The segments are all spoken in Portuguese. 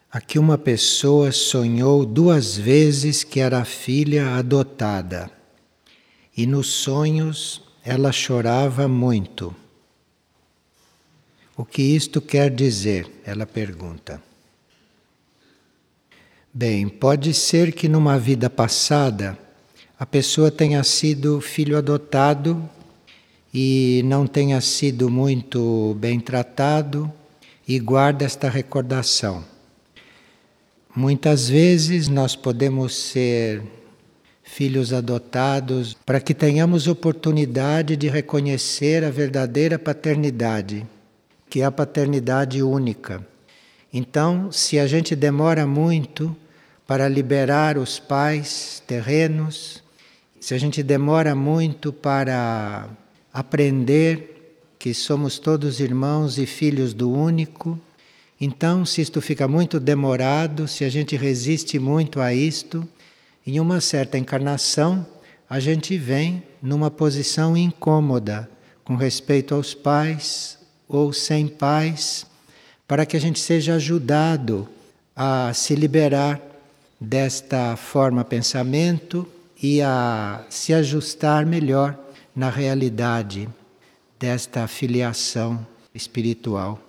Aqui uma pessoa sonhou 2 vezes que era filha adotada e nos sonhos ela chorava muito. O que isto quer dizer? Ela pergunta. Bem, pode ser que numa vida passada a pessoa tenha sido filho adotado e não tenha sido muito bem tratado e guarda esta recordação. Muitas vezes nós podemos ser filhos adotados para que tenhamos oportunidade de reconhecer a verdadeira paternidade, que é a paternidade única. Então, se a gente demora muito para liberar os pais terrenos, se a gente demora muito para aprender que somos todos irmãos e filhos do único, então, se isto fica muito demorado, se a gente resiste muito a isto, em uma certa encarnação, a gente vem numa posição incômoda com respeito aos pais ou sem pais, para que a gente seja ajudado a se liberar desta forma pensamento e a se ajustar melhor na realidade desta filiação espiritual.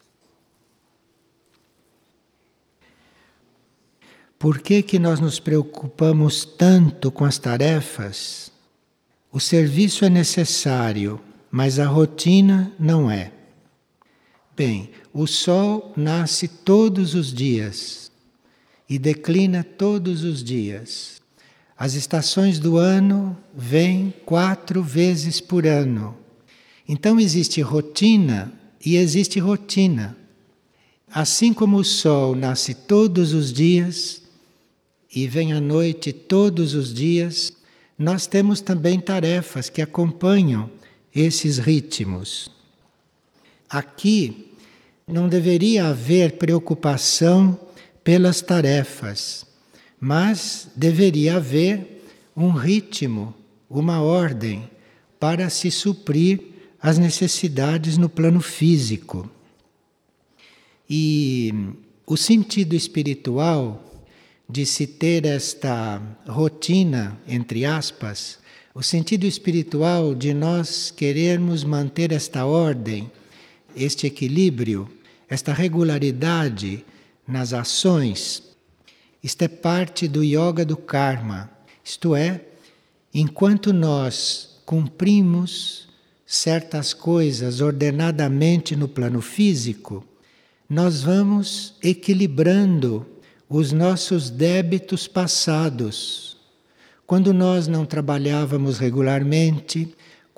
Por que nós nos preocupamos tanto com as tarefas? O serviço é necessário, mas a rotina não é. Bem, o sol nasce todos os dias e declina todos os dias. As estações do ano vêm 4 vezes por ano. Então existe rotina e existe rotina. Assim como o sol nasce todos os dias, e vem à noite todos os dias, nós temos também tarefas que acompanham esses ritmos. Aqui não deveria haver preocupação pelas tarefas, mas deveria haver um ritmo, uma ordem para se suprir as necessidades no plano físico. E o sentido espiritual de se ter esta rotina, entre aspas, o sentido espiritual de nós querermos manter esta ordem, este equilíbrio, esta regularidade nas ações, isto é parte do yoga do karma. Isto é, enquanto nós cumprimos certas coisas ordenadamente no plano físico, nós vamos equilibrando os nossos débitos passados. Quando nós não trabalhávamos regularmente,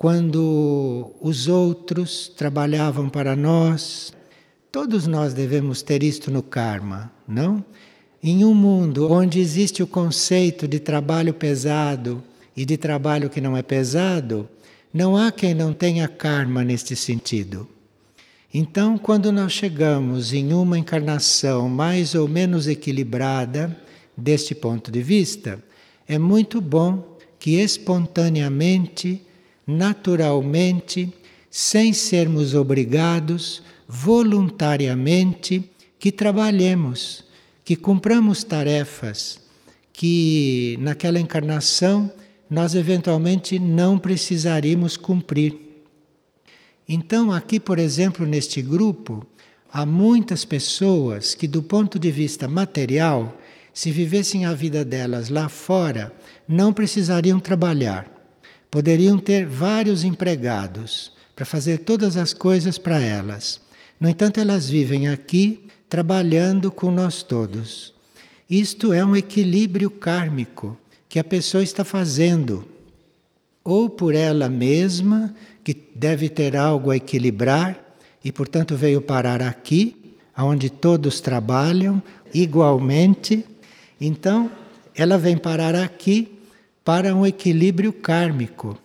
quando os outros trabalhavam para nós, todos nós devemos ter isto no karma, não? Em um mundo onde existe o conceito de trabalho pesado e de trabalho que não é pesado, não há quem não tenha karma neste sentido. Então, quando nós chegamos em uma encarnação mais ou menos equilibrada, deste ponto de vista, é muito bom que espontaneamente, naturalmente, sem sermos obrigados, voluntariamente, que trabalhemos, que cumpramos tarefas que naquela encarnação nós eventualmente não precisaríamos cumprir. Então, aqui, por exemplo, neste grupo, há muitas pessoas que, do ponto de vista material, se vivessem a vida delas lá fora, não precisariam trabalhar. Poderiam ter vários empregados para fazer todas as coisas para elas. No entanto, elas vivem aqui trabalhando com nós todos. Isto é um equilíbrio kármico que a pessoa está fazendo, ou por ela mesma, que deve ter algo a equilibrar e, portanto, veio parar aqui, onde todos trabalham igualmente. Então, ela vem parar aqui para um equilíbrio kármico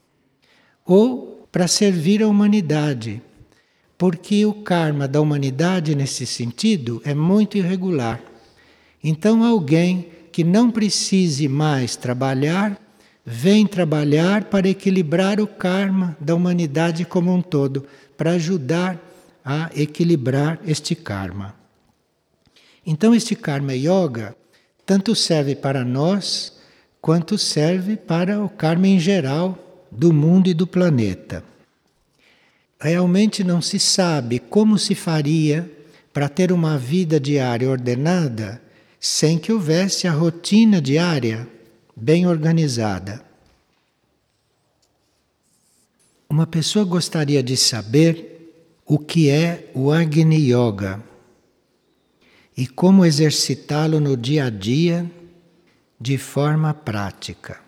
ou para servir a humanidade, porque o karma da humanidade, nesse sentido, é muito irregular. Então, alguém que não precise mais trabalhar, vem trabalhar para equilibrar o karma da humanidade como um todo, para ajudar a equilibrar este karma. Então este Karma Yoga tanto serve para nós, quanto serve para o karma em geral do mundo e do planeta. Realmente não se sabe como se faria para ter uma vida diária ordenada sem que houvesse a rotina diária bem organizada. Uma pessoa gostaria de saber o que é o Agni Yoga e como exercitá-lo no dia a dia de forma prática.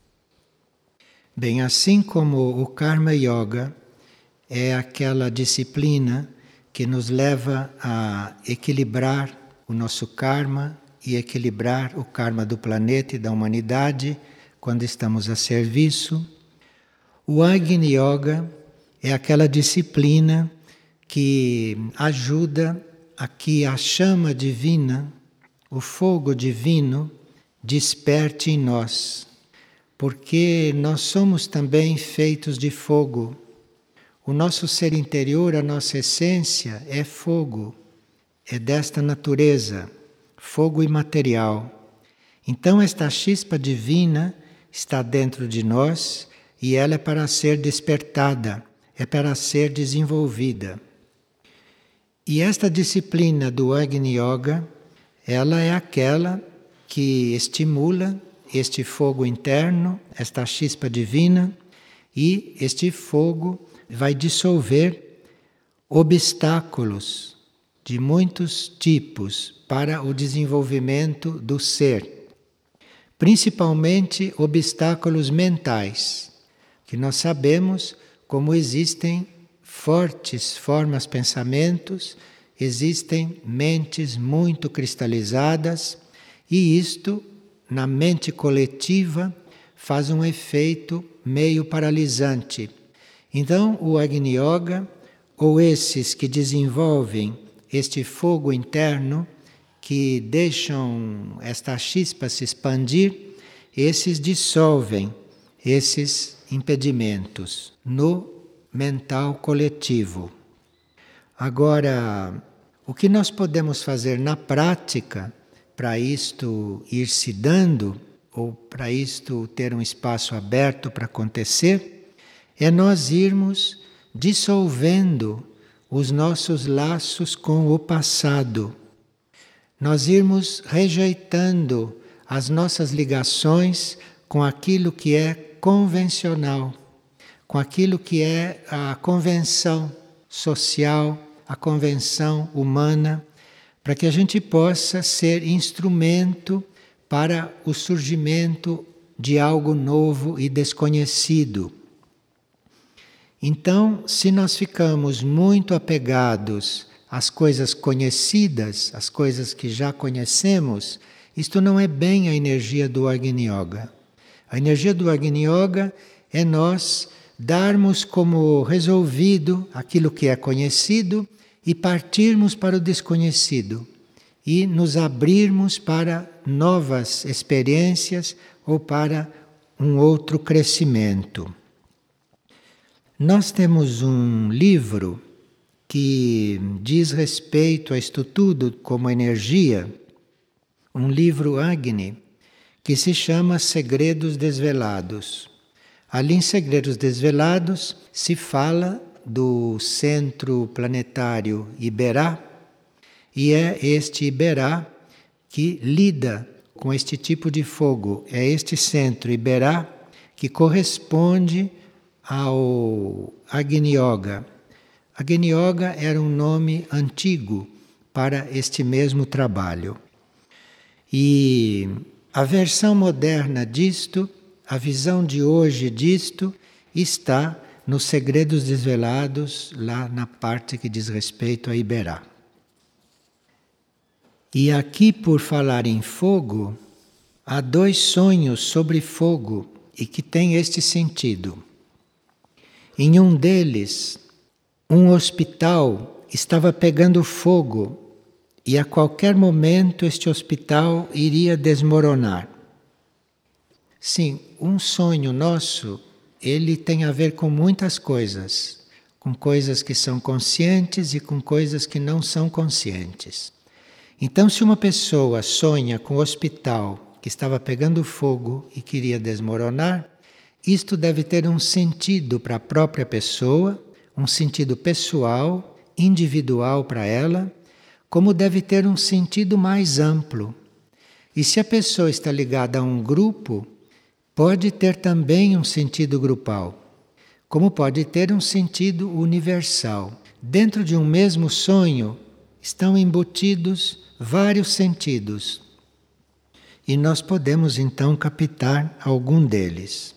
Bem, assim como o Karma Yoga é aquela disciplina que nos leva a equilibrar o nosso karma e equilibrar o karma do planeta e da humanidade quando estamos a serviço, o Agni Yoga é aquela disciplina que ajuda a que a chama divina, o fogo divino, desperte em nós, porque nós somos também feitos de fogo. O nosso ser interior, a nossa essência é fogo, é desta natureza, fogo imaterial. Então esta chispa divina está dentro de nós e ela é para ser despertada, é para ser desenvolvida. E esta disciplina do Agni Yoga, ela é aquela que estimula este fogo interno, esta chispa divina, e este fogo vai dissolver obstáculos de muitos tipos para o desenvolvimento do ser, principalmente obstáculos mentais, que nós sabemos como existem fortes formas, pensamentos, existem mentes muito cristalizadas, e isto, na mente coletiva, faz um efeito meio paralisante. Então, o Agni Yoga, ou esses que desenvolvem este fogo interno, que deixam esta chispa se expandir, esses dissolvem esses impedimentos no mental coletivo. Agora, o que nós podemos fazer na prática para isto ir se dando, ou para isto ter um espaço aberto para acontecer, é nós irmos dissolvendo os nossos laços com o passado. Nós irmos rejeitando as nossas ligações com aquilo que é convencional, com aquilo que é a convenção social, a convenção humana, para que a gente possa ser instrumento para o surgimento de algo novo e desconhecido. Então, se nós ficamos muito apegados às coisas conhecidas, às coisas que já conhecemos, isto não é bem a energia do Agni Yoga. A energia do Agni Yoga é nós darmos como resolvido aquilo que é conhecido e partirmos para o desconhecido e nos abrirmos para novas experiências ou para um outro crescimento. Nós temos um livro que diz respeito a isto tudo como energia, um livro Agni, que se chama Segredos Desvelados. Ali em Segredos Desvelados se fala do centro planetário Iberá, e é este Iberá que lida com este tipo de fogo. É este centro Iberá que corresponde ao Agni Yoga. Agni Yoga era um nome antigo para este mesmo trabalho. E a versão moderna disto, a visão de hoje disto, está nos Segredos Desvelados, lá na parte que diz respeito a Iberá. E aqui, por falar em fogo, há 2 sonhos sobre fogo e que têm este sentido. Em um deles, um hospital estava pegando fogo e a qualquer momento este hospital iria desmoronar. Sim, um sonho nosso, ele tem a ver com muitas coisas, com coisas que são conscientes e com coisas que não são conscientes. Então, se uma pessoa sonha com o hospital que estava pegando fogo e queria desmoronar, isto deve ter um sentido para a própria pessoa, um sentido pessoal, individual para ela, como deve ter um sentido mais amplo. E se a pessoa está ligada a um grupo, pode ter também um sentido grupal, como pode ter um sentido universal. Dentro de um mesmo sonho estão embutidos vários sentidos. E nós podemos então captar algum deles.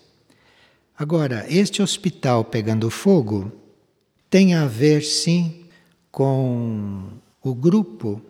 Agora, este hospital pegando fogo tem a ver, sim, com o grupo,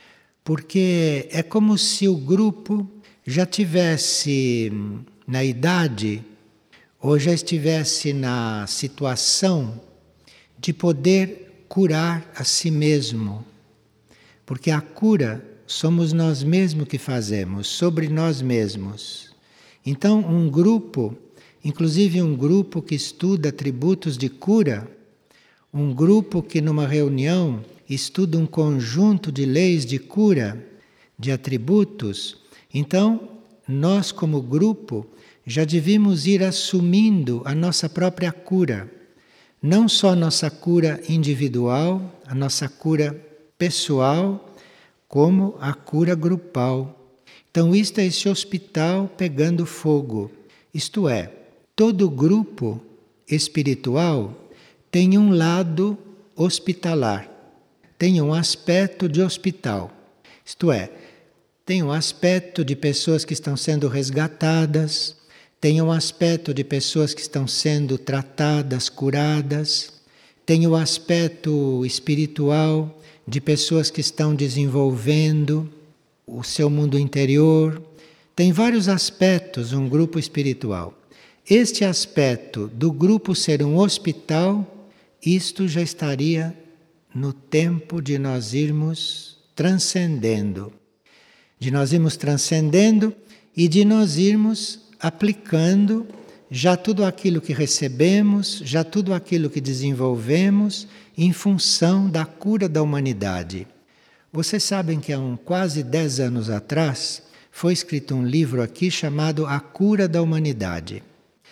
porque é como se o grupo já tivesse na idade ou já estivesse na situação de poder curar a si mesmo. Porque a cura somos nós mesmos que fazemos, sobre nós mesmos. Então, um grupo, inclusive um grupo que estuda atributos de cura, um grupo que numa reunião estuda um conjunto de leis de cura, de atributos, então nós como grupo já devíamos ir assumindo a nossa própria cura. Não só a nossa cura individual, a nossa cura pessoal, como a cura grupal. Então isto é esse hospital pegando fogo. Isto é, todo grupo espiritual tem um lado hospitalar, tem um aspecto de hospital. Isto é, tem um aspecto de pessoas que estão sendo resgatadas, tem um aspecto de pessoas que estão sendo tratadas, curadas, tem o aspecto espiritual de pessoas que estão desenvolvendo o seu mundo interior. Tem vários aspectos um grupo espiritual. Este aspecto do grupo ser um hospital, isto já estaria no tempo de nós irmos transcendendo. De nós irmos transcendendo e de nós irmos aplicando já tudo aquilo que recebemos, já tudo aquilo que desenvolvemos em função da cura da humanidade. Vocês sabem que há quase 10 anos atrás foi escrito um livro aqui chamado A Cura da Humanidade.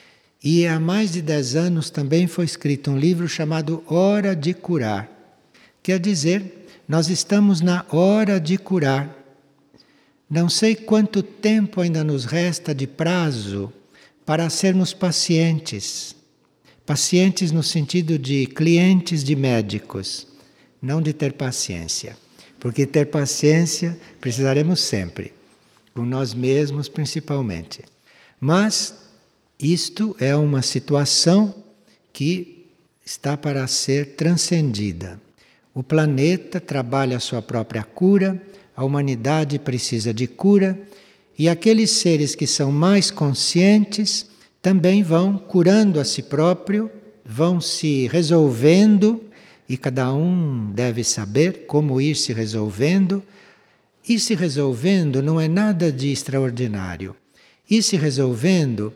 E há mais de 10 anos também foi escrito um livro chamado Hora de Curar. Quer dizer, nós estamos na hora de curar. Não sei quanto tempo ainda nos resta de prazo para sermos pacientes. Pacientes no sentido de clientes de médicos, não de ter paciência. Porque ter paciência precisaremos sempre, com nós mesmos principalmente. Mas isto é uma situação que está para ser transcendida. O planeta trabalha a sua própria cura, a humanidade precisa de cura, e aqueles seres que são mais conscientes também vão curando a si próprio, vão se resolvendo, e cada um deve saber como ir se resolvendo. Ir se resolvendo não é nada de extraordinário. Ir se resolvendo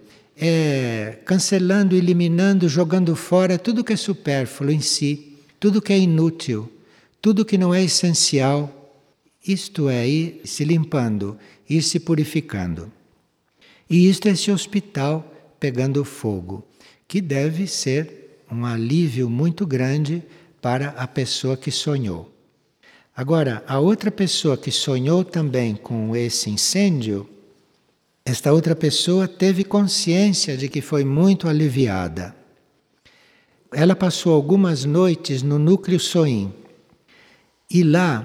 é cancelando, eliminando, jogando fora tudo que é supérfluo em si, tudo que é inútil, tudo que não é essencial. Isto é ir se limpando, ir se purificando. E isto é esse hospital pegando fogo, que deve ser um alívio muito grande para a pessoa que sonhou. Agora, a outra pessoa que sonhou também com esse incêndio, esta outra pessoa teve consciência de que foi muito aliviada. Ela passou algumas noites no núcleo Soim e lá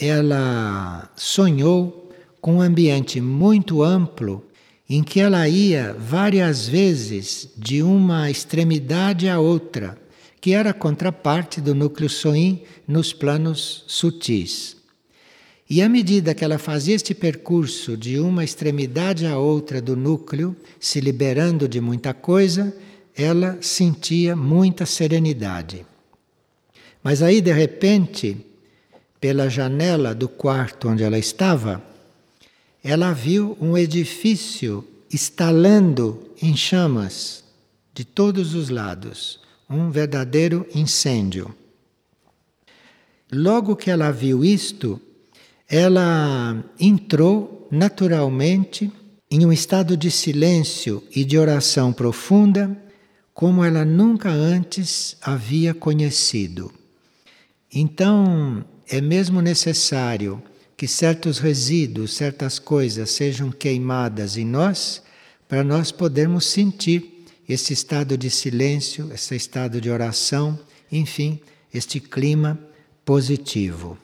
ela sonhou com um ambiente muito amplo em que ela ia várias vezes de uma extremidade à outra, que era a contraparte do núcleo Soim nos planos sutis. E à medida que ela fazia este percurso de uma extremidade à outra do núcleo, se liberando de muita coisa, ela sentia muita serenidade. Mas aí, de repente, pela janela do quarto onde ela estava, ela viu um edifício estalando em chamas de todos os lados, um verdadeiro incêndio. Logo que ela viu isto, ela entrou naturalmente em um estado de silêncio e de oração profunda, como ela nunca antes havia conhecido. Então, é mesmo necessário que certos resíduos, certas coisas sejam queimadas em nós, para nós podermos sentir esse estado de silêncio, esse estado de oração, enfim, este clima positivo.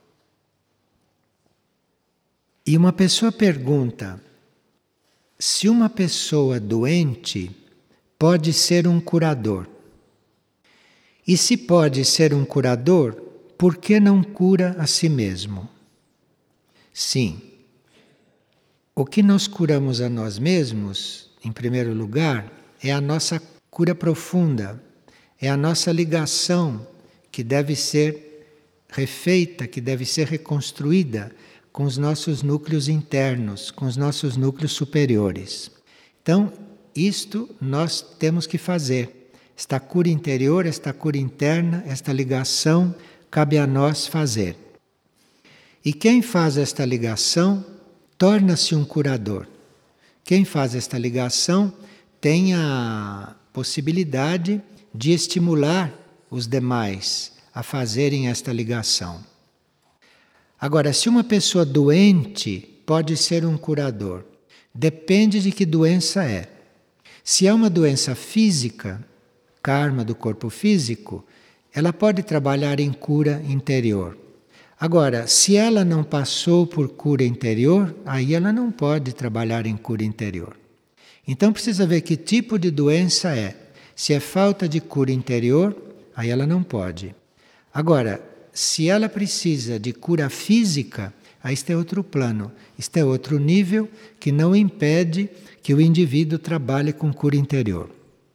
E uma pessoa pergunta: se uma pessoa doente pode ser um curador? E se pode ser um curador, por que não cura a si mesmo? Sim, o que nós curamos a nós mesmos, em primeiro lugar, é a nossa cura profunda, é a nossa ligação que deve ser refeita, que deve ser reconstruída com os nossos núcleos internos, com os nossos núcleos superiores. Então, isto nós temos que fazer. Esta cura interior, esta cura interna, esta ligação, cabe a nós fazer. E quem faz esta ligação torna-se um curador. Quem faz esta ligação tem a possibilidade de estimular os demais a fazerem esta ligação. Agora, se uma pessoa doente pode ser um curador, depende de que doença é. Se é uma doença física, karma do corpo físico, ela pode trabalhar em cura interior. Agora, se ela não passou por cura interior, aí ela não pode trabalhar em cura interior. Então precisa ver que tipo de doença é. Se é falta de cura interior, aí ela não pode. Agora, se ela precisa de cura física, aí este é outro plano, este é outro nível que não impede que o indivíduo trabalhe com cura interior.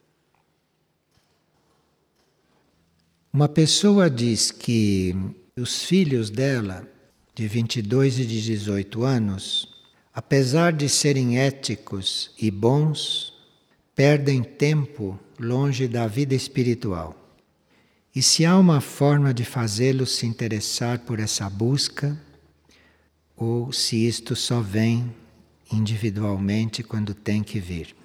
Uma pessoa diz que os filhos dela, de 22 e de 18 anos, apesar de serem éticos e bons, perdem tempo longe da vida espiritual. E se há uma forma de fazê-los se interessar por essa busca, ou se isto só vem individualmente quando tem que vir.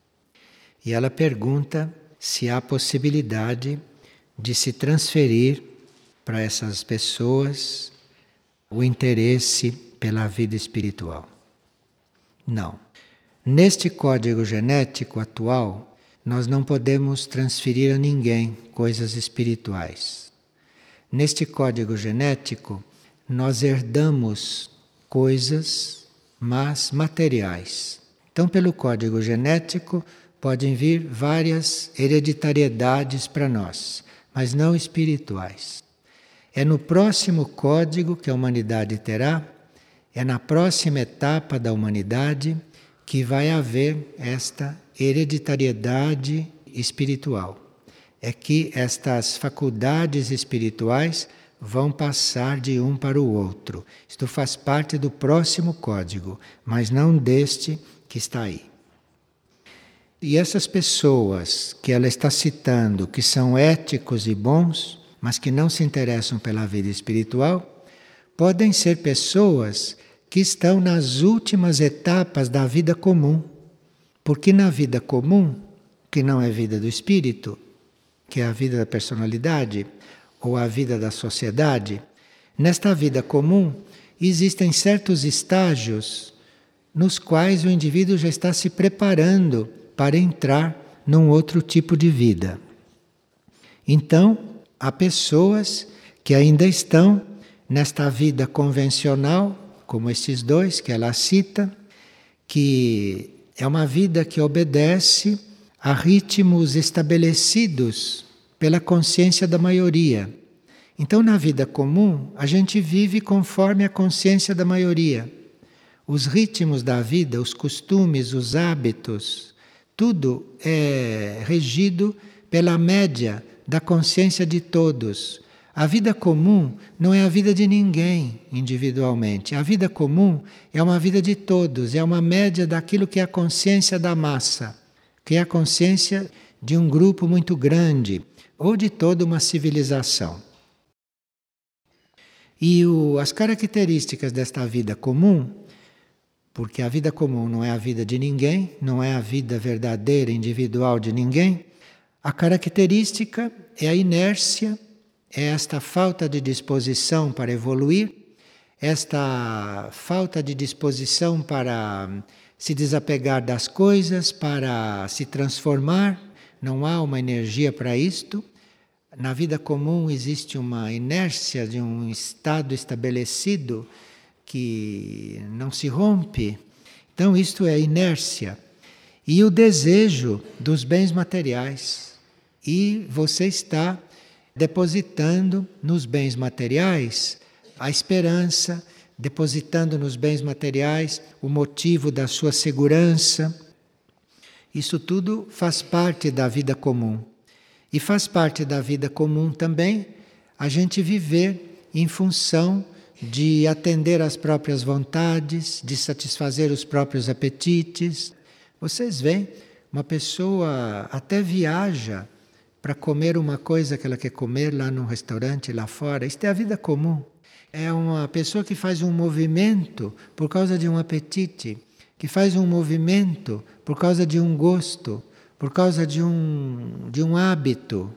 E ela pergunta se há possibilidade de se transferir para essas pessoas o interesse pela vida espiritual. Não. Neste código genético atual, nós não podemos transferir a ninguém coisas espirituais. Neste código genético, nós herdamos coisas, mas materiais. Então, pelo código genético, podem vir várias hereditariedades para nós, mas não espirituais. É no próximo código que a humanidade terá, é na próxima etapa da humanidade que vai haver esta hereditariedade espiritual. É que estas faculdades espirituais vão passar de um para o outro. Isto faz parte do próximo código, mas não deste que está aí. E essas pessoas que ela está citando, que são éticos e bons, mas que não se interessam pela vida espiritual, podem ser pessoas que estão nas últimas etapas da vida comum. Porque na vida comum, que não é vida do espírito, que é a vida da personalidade, ou a vida da sociedade, nesta vida comum existem certos estágios nos quais o indivíduo já está se preparando para entrar num outro tipo de vida. Então, há pessoas que ainda estão nesta vida convencional, como estes dois que ela cita, que é uma vida que obedece a ritmos estabelecidos pela consciência da maioria. Então, na vida comum, a gente vive conforme a consciência da maioria. Os ritmos da vida, os costumes, os hábitos, tudo é regido pela média da consciência de todos. A vida comum não é a vida de ninguém individualmente. A vida comum é uma vida de todos, é uma média daquilo que é a consciência da massa, que é a consciência de um grupo muito grande ou de toda uma civilização. E as características desta vida comum, porque a vida comum não é a vida de ninguém, não é a vida verdadeira, individual de ninguém, a característica é a inércia, é esta falta de disposição para evoluir, esta falta de disposição para se desapegar das coisas, para se transformar, não há uma energia para isto. Na vida comum existe uma inércia de um estado estabelecido que não se rompe. Então, isto é inércia. E o desejo dos bens materiais. E você está depositando nos bens materiais a esperança, depositando nos bens materiais o motivo da sua segurança. Isso tudo faz parte da vida comum. E faz parte da vida comum também a gente viver em função de atender às próprias vontades, de satisfazer os próprios apetites. Vocês veem, uma pessoa até viaja para comer uma coisa que ela quer comer lá num restaurante lá fora. Isto é a vida comum. É uma pessoa que faz um movimento por causa de um apetite, que faz um movimento por causa de um gosto, por causa de um hábito.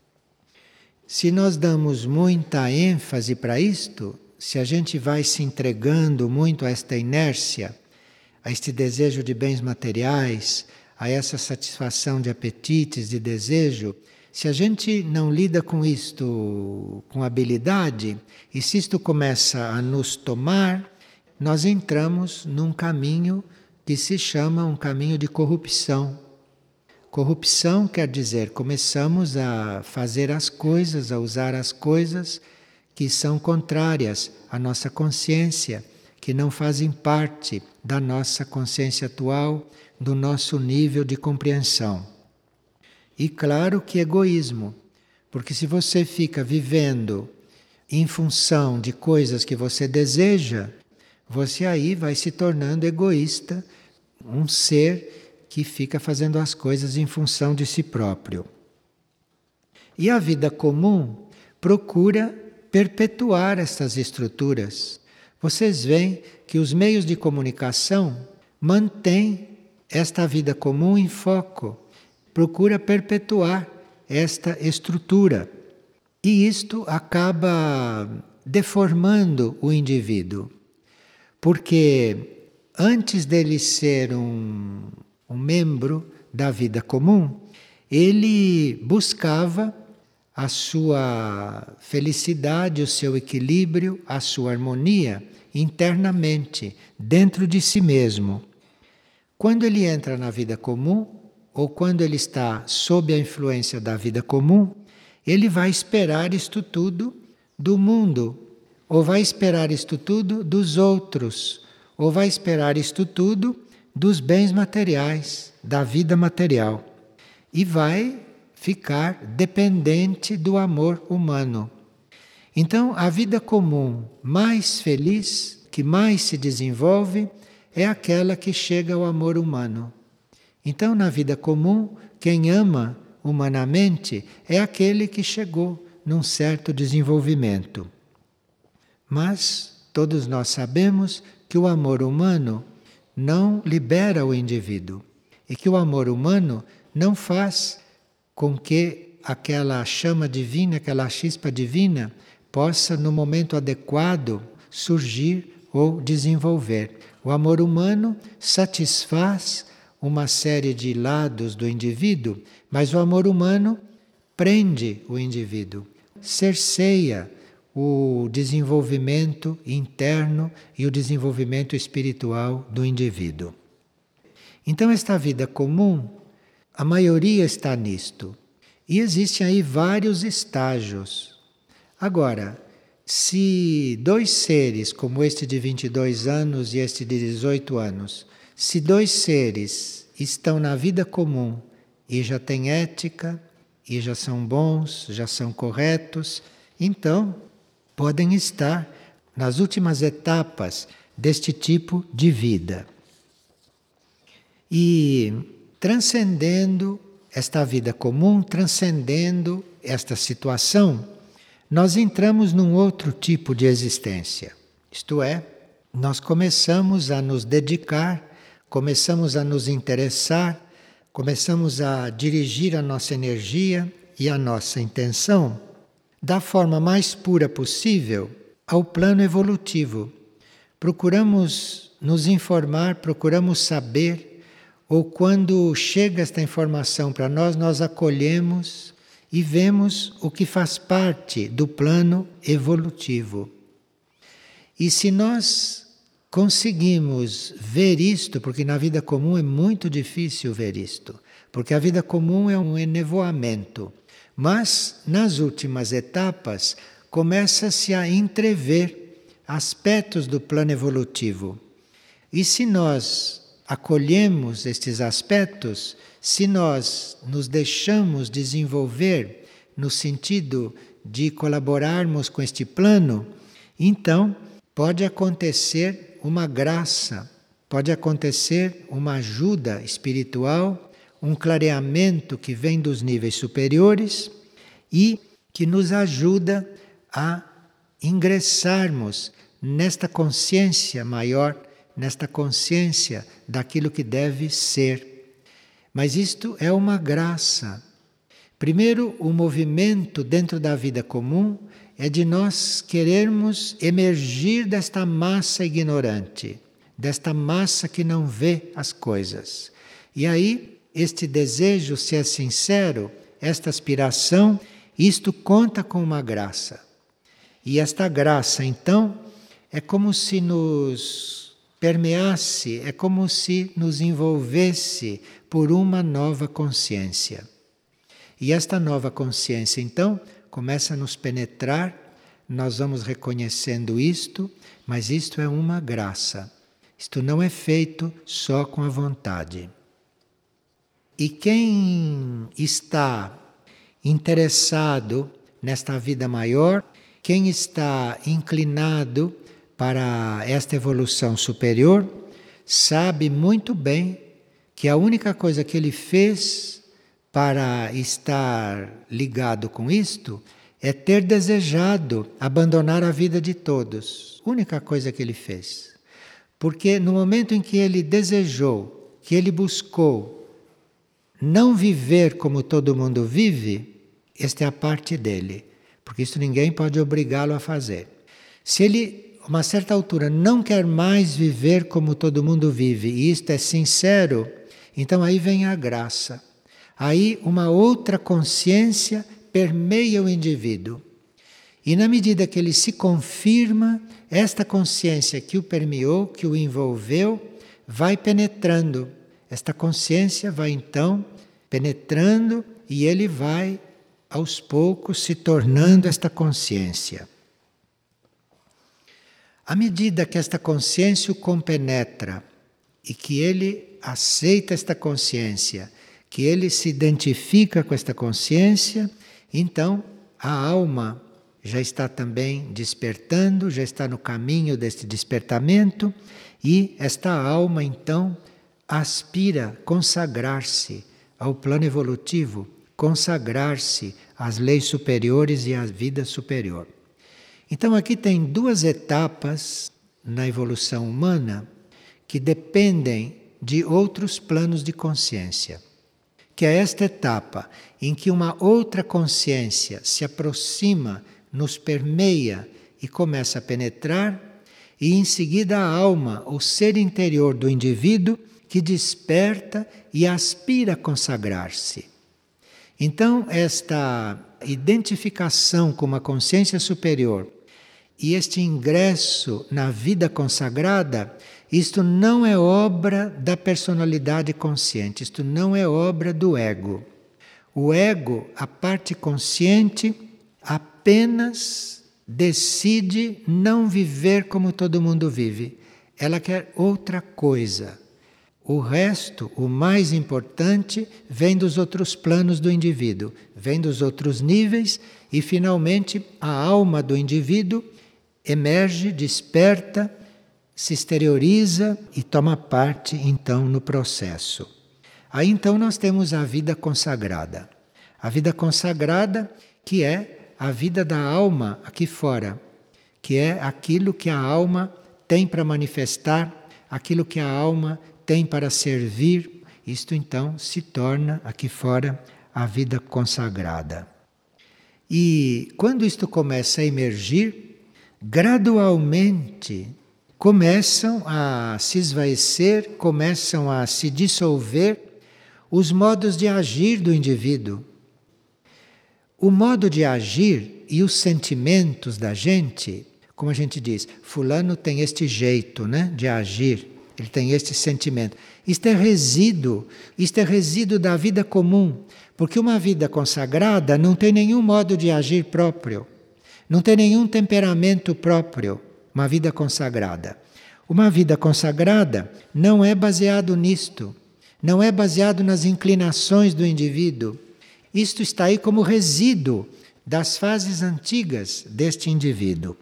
Se nós damos muita ênfase para isto, se a gente vai se entregando muito a esta inércia, a este desejo de bens materiais, a essa satisfação de apetites, de desejo, se a gente não lida com isto com habilidade, e se isto começa a nos tomar, nós entramos num caminho que se chama um caminho de corrupção. Corrupção quer dizer, começamos a fazer as coisas, a usar as coisas que são contrárias à nossa consciência, que não fazem parte da nossa consciência atual, do nosso nível de compreensão. E claro que egoísmo, porque se você fica vivendo em função de coisas que você deseja, você aí vai se tornando egoísta, um ser que fica fazendo as coisas em função de si próprio. E a vida comum procura perpetuar estas estruturas. Vocês veem que os meios de comunicação mantêm esta vida comum em foco, procura perpetuar esta estrutura. E isto acaba deformando o indivíduo, porque antes dele ser um membro da vida comum, ele buscava a sua felicidade, o seu equilíbrio, a sua harmonia internamente, dentro de si mesmo. Quando ele entra na vida comum, ou quando ele está sob a influência da vida comum, ele vai esperar isto tudo do mundo, ou vai esperar isto tudo dos outros, ou vai esperar isto tudo dos bens materiais, da vida material. E vai ficar dependente do amor humano. Então, a vida comum mais feliz, que mais se desenvolve, é aquela que chega ao amor humano. Então, na vida comum, quem ama humanamente é aquele que chegou num certo desenvolvimento. Mas todos nós sabemos que o amor humano não libera o indivíduo e que o amor humano não faz com que aquela chama divina, aquela chispa divina, possa, no momento adequado, surgir ou desenvolver. O amor humano satisfaz uma série de lados do indivíduo, mas o amor humano prende o indivíduo, cerceia o desenvolvimento interno e o desenvolvimento espiritual do indivíduo. Então, esta vida comum, a maioria está nisto. E existem aí vários estágios. Agora, se dois seres, como este de 22 anos e este de 18 anos, se dois seres estão na vida comum e já têm ética, e já são bons, já são corretos, então podem estar nas últimas etapas deste tipo de vida. E transcendendo esta vida comum, transcendendo esta situação, nós entramos num outro tipo de existência. Isto é, nós começamos a nos dedicar, começamos a nos interessar, começamos a dirigir a nossa energia e a nossa intenção da forma mais pura possível ao plano evolutivo. Procuramos nos informar, procuramos saber, ou quando chega esta informação para nós, nós acolhemos e vemos o que faz parte do plano evolutivo. E se nós conseguimos ver isto, porque na vida comum é muito difícil ver isto, porque a vida comum é um enevoamento, mas nas últimas etapas começa-se a entrever aspectos do plano evolutivo. E se nós acolhemos estes aspectos, se nós nos deixamos desenvolver no sentido de colaborarmos com este plano, então pode acontecer uma graça, pode acontecer uma ajuda espiritual, um clareamento que vem dos níveis superiores e que nos ajuda a ingressarmos nesta consciência maior, nesta consciência daquilo que deve ser. Mas isto é uma graça. Primeiro, o movimento dentro da vida comum é de nós querermos emergir desta massa ignorante, desta massa que não vê as coisas. E aí, este desejo, se é sincero, esta aspiração, isto conta com uma graça. E esta graça, então, é como se nos permeasse, é como se nos envolvesse por uma nova consciência. E esta nova consciência, então, começa a nos penetrar, nós vamos reconhecendo isto, mas isto é uma graça. Isto não é feito só com a vontade. E quem está interessado nesta vida maior, quem está inclinado para esta evolução superior, sabe muito bem que a única coisa que ele fez para estar ligado com isto é ter desejado abandonar a vida de todos. Única coisa que ele fez. Porque no momento em que ele desejou, que ele buscou não viver como todo mundo vive, esta é a parte dele. Porque isso ninguém pode obrigá-lo a fazer. Se ele, a uma certa altura, não quer mais viver como todo mundo vive, e isto é sincero, então aí vem a graça. Aí uma outra consciência permeia o indivíduo. E na medida que ele se confirma, esta consciência que o permeou, que o envolveu, vai penetrando. Esta consciência vai então penetrando e ele vai aos poucos se tornando esta consciência. À medida que esta consciência o compenetra e que ele aceita esta consciência, que ele se identifica com esta consciência, então a alma já está também despertando, já está no caminho deste despertamento e esta alma então aspira consagrar-se ao plano evolutivo, consagrar-se às leis superiores e à vida superior. Então aqui tem duas etapas na evolução humana que dependem de outros planos de consciência. Que é esta etapa em que uma outra consciência se aproxima, nos permeia e começa a penetrar, e em seguida a alma, o ser interior do indivíduo, que desperta e aspira a consagrar-se. Então, esta identificação com uma consciência superior e este ingresso na vida consagrada, isto não é obra da personalidade consciente, isto não é obra do ego. O ego, a parte consciente, apenas decide não viver como todo mundo vive. Ela quer outra coisa. O resto, o mais importante, vem dos outros planos do indivíduo, vem dos outros níveis e, finalmente, a alma do indivíduo emerge, desperta, se exterioriza e toma parte, então, no processo. Aí, então, nós temos a vida consagrada. A vida consagrada, que é a vida da alma aqui fora, que é aquilo que a alma tem para manifestar, aquilo que a alma tem para servir. Isto então se torna aqui fora a vida consagrada. E quando isto começa a emergir, gradualmente começam a se esvaecer, começam a se dissolver os modos de agir do indivíduo. O modo de agir e os sentimentos da gente, como a gente diz, fulano tem este jeito, né, de agir, ele tem este sentimento. Isto é resíduo da vida comum, porque uma vida consagrada não tem nenhum modo de agir próprio, não tem nenhum temperamento próprio, uma vida consagrada. Uma vida consagrada não é baseado nisto, não é baseado nas inclinações do indivíduo. Isto está aí como resíduo das fases antigas deste indivíduo.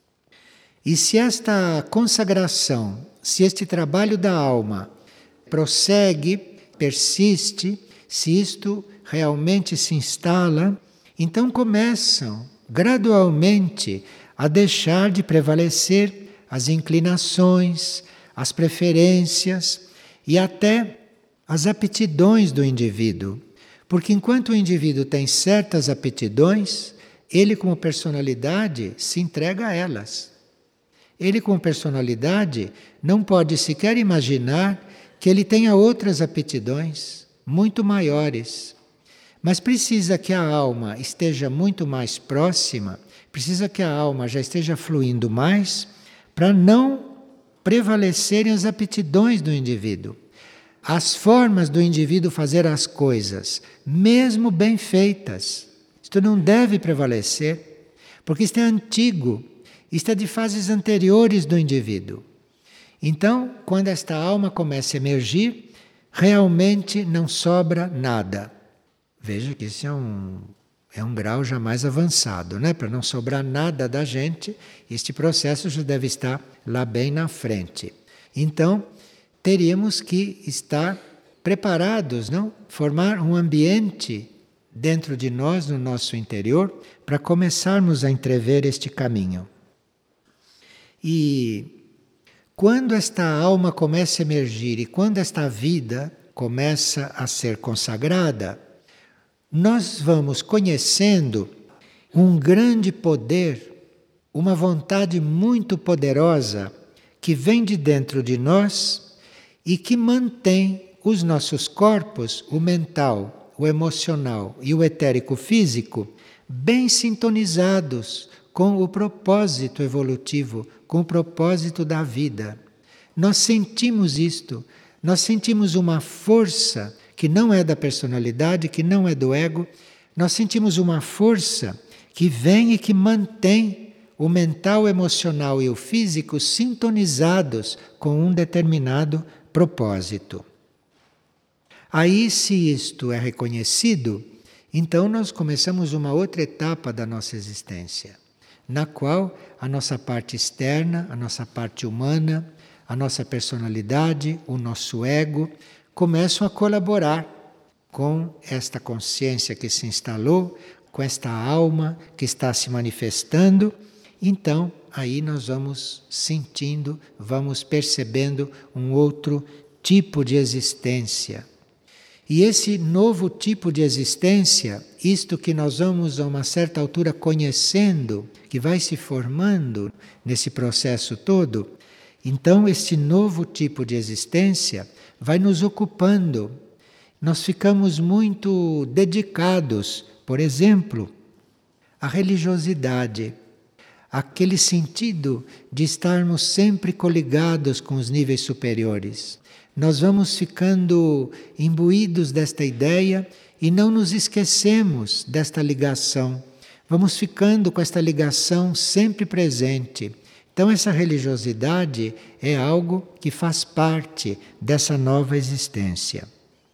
E se esta consagração, se este trabalho da alma prossegue, persiste, se isto realmente se instala, então começam gradualmente a deixar de prevalecer as inclinações, as preferências e até as aptidões do indivíduo. Porque enquanto o indivíduo tem certas aptidões, ele como personalidade se entrega a elas. Ele como personalidade não pode sequer imaginar que ele tenha outras aptidões muito maiores. Mas precisa que a alma esteja muito mais próxima, precisa que a alma já esteja fluindo mais, para não prevalecerem as aptidões do indivíduo. As formas do indivíduo fazer as coisas, mesmo bem feitas, isto não deve prevalecer, porque isto é antigo, isto é de fases anteriores do indivíduo. Então, quando esta alma começa a emergir, realmente não sobra nada. Veja que isso é um grau já mais avançado, né? Para não sobrar nada da gente, este processo já deve estar lá bem na frente. Então, teríamos que estar preparados, não? Formar um ambiente dentro de nós, no nosso interior, para começarmos a entrever este caminho. E quando esta alma começa a emergir e quando esta vida começa a ser consagrada, nós vamos conhecendo um grande poder, uma vontade muito poderosa que vem de dentro de nós e que mantém os nossos corpos, o mental, o emocional e o etérico físico, bem sintonizados com o propósito evolutivo, com o propósito da vida. Nós sentimos isto, nós sentimos uma força que não é da personalidade, que não é do ego, nós sentimos uma força que vem e que mantém o mental, o emocional e o físico sintonizados com um determinado propósito. Aí, se isto é reconhecido, então nós começamos uma outra etapa da nossa existência, na qual a nossa parte externa, a nossa parte humana, a nossa personalidade, o nosso ego, começam a colaborar com esta consciência que se instalou, com esta alma que está se manifestando. Então, aí nós vamos sentindo, vamos percebendo um outro tipo de existência. E esse novo tipo de existência, isto que nós vamos a uma certa altura conhecendo, que vai se formando nesse processo todo, então este novo tipo de existência vai nos ocupando. Nós ficamos muito dedicados, por exemplo, à religiosidade, aquele sentido de estarmos sempre coligados com os níveis superiores. Nós vamos ficando imbuídos desta ideia e não nos esquecemos desta ligação. Vamos ficando com esta ligação sempre presente. Então, essa religiosidade é algo que faz parte dessa nova existência.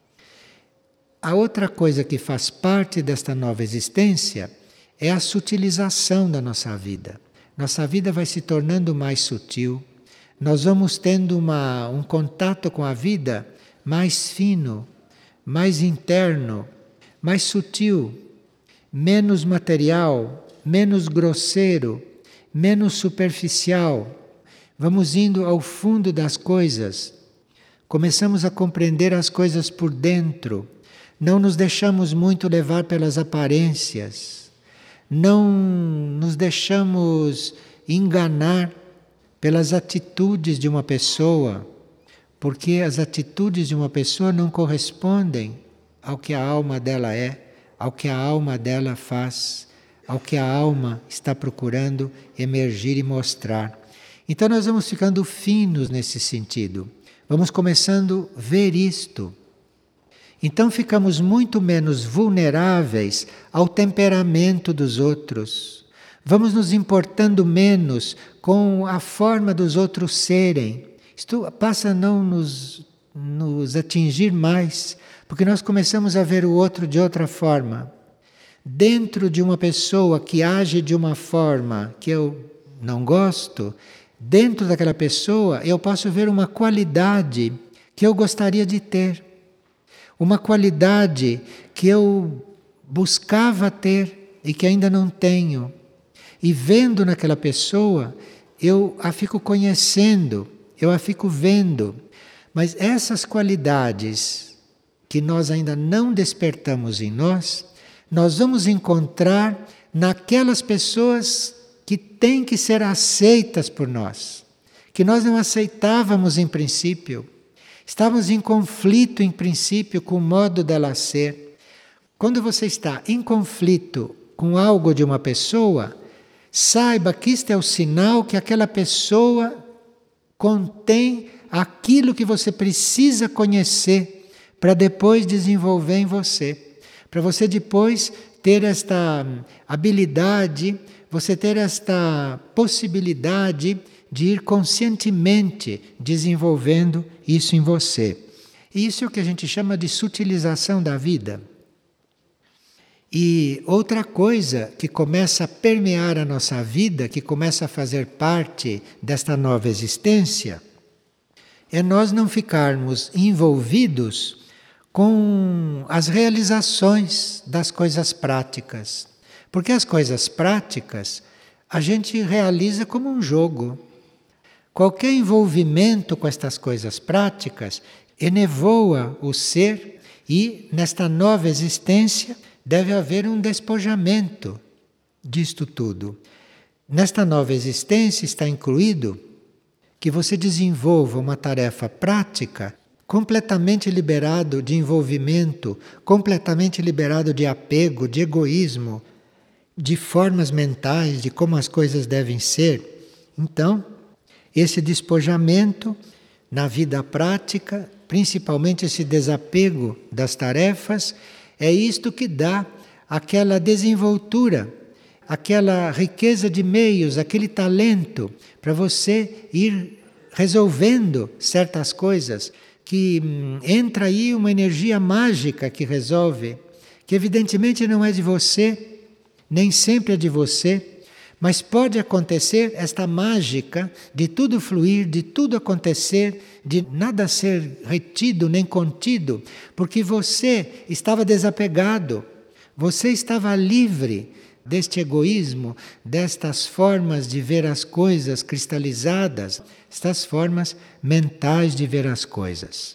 A outra coisa que faz parte desta nova existência é a sutilização da nossa vida. Nossa vida vai se tornando mais sutil. Nós vamos tendo um contato com a vida mais fino, mais interno, mais sutil, menos material, menos grosseiro, menos superficial. Vamos indo ao fundo das coisas. Começamos a compreender as coisas por dentro. Não nos deixamos muito levar pelas aparências. Não nos deixamos enganar pelas atitudes de uma pessoa, porque as atitudes de uma pessoa não correspondem ao que a alma dela é, ao que a alma dela faz, ao que a alma está procurando emergir e mostrar. Então nós vamos ficando finos nesse sentido. Vamos começando a ver isto. Então ficamos muito menos vulneráveis ao temperamento dos outros. Vamos nos importando menos com a forma dos outros serem. Isto passa a não nos atingir mais, porque nós começamos a ver o outro de outra forma. Dentro de uma pessoa que age de uma forma que eu não gosto, dentro daquela pessoa eu posso ver uma qualidade que eu gostaria de ter. Uma qualidade que eu buscava ter e que ainda não tenho. E vendo naquela pessoa, eu a fico conhecendo, eu a fico vendo. Mas essas qualidades que nós ainda não despertamos em nós, nós vamos encontrar naquelas pessoas que têm que ser aceitas por nós, que nós não aceitávamos em princípio. Estávamos em conflito em princípio com o modo dela ser. Quando você está em conflito com algo de uma pessoa, saiba que isto é o sinal que aquela pessoa contém aquilo que você precisa conhecer para depois desenvolver em você. Para você depois ter esta habilidade, você ter esta possibilidade de ir conscientemente desenvolvendo isso em você. E isso é o que a gente chama de sutilização da vida. E outra coisa que começa a permear a nossa vida, que começa a fazer parte desta nova existência, é nós não ficarmos envolvidos com as realizações das coisas práticas. Porque as coisas práticas a gente realiza como um jogo. Qualquer envolvimento com estas coisas práticas enevoa o ser e, nesta nova existência, deve haver um despojamento disto tudo. Nesta nova existência está incluído que você desenvolva uma tarefa prática completamente liberado de envolvimento, completamente liberado de apego, de egoísmo, de formas mentais, de como as coisas devem ser. Então, esse despojamento na vida prática, principalmente esse desapego das tarefas, é isto que dá aquela desenvoltura, aquela riqueza de meios, aquele talento para você ir resolvendo certas coisas, que entra aí uma energia mágica que resolve, que evidentemente não é de você, nem sempre é de você, mas pode acontecer esta mágica de tudo fluir, de tudo acontecer, de nada ser retido nem contido, porque você estava desapegado, você estava livre deste egoísmo, destas formas de ver as coisas cristalizadas, estas formas mentais de ver as coisas.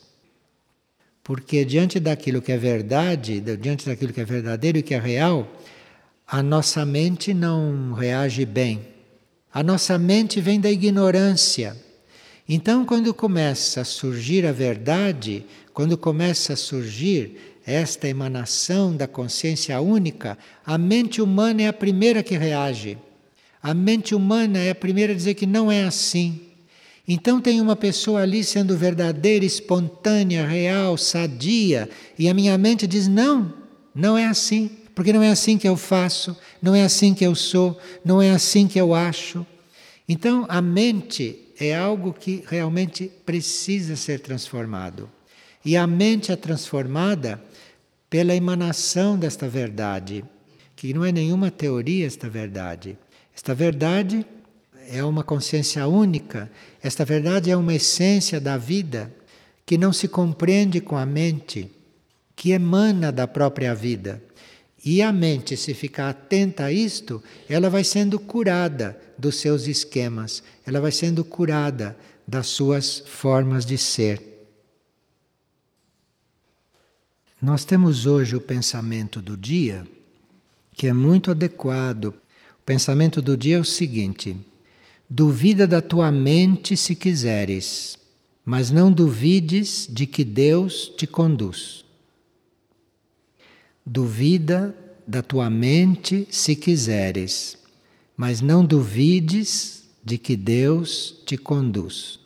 Porque diante daquilo que é verdade, diante daquilo que é verdadeiro e que é real, a nossa mente não reage bem. A nossa mente vem da ignorância. Então, quando começa a surgir a verdade, quando começa a surgir esta emanação da consciência única, a mente humana é a primeira que reage. A mente humana é a primeira a dizer que não é assim. Então tem uma pessoa ali sendo verdadeira, espontânea, real, sadia, e a minha mente diz não, não é assim. Porque não é assim que eu faço, não é assim que eu sou, não é assim que eu acho. Então, a mente é algo que realmente precisa ser transformado. E a mente é transformada pela emanação desta verdade, que não é nenhuma teoria esta verdade. Esta verdade é uma consciência única, esta verdade é uma essência da vida que não se compreende com a mente, que emana da própria vida. E a mente, se ficar atenta a isto, ela vai sendo curada dos seus esquemas, ela vai sendo curada das suas formas de ser. Nós temos hoje o pensamento do dia, que é muito adequado. O pensamento do dia é o seguinte: duvida da tua mente se quiseres, mas não duvides de que Deus te conduz. Duvida da tua mente se quiseres, mas não duvides de que Deus te conduz.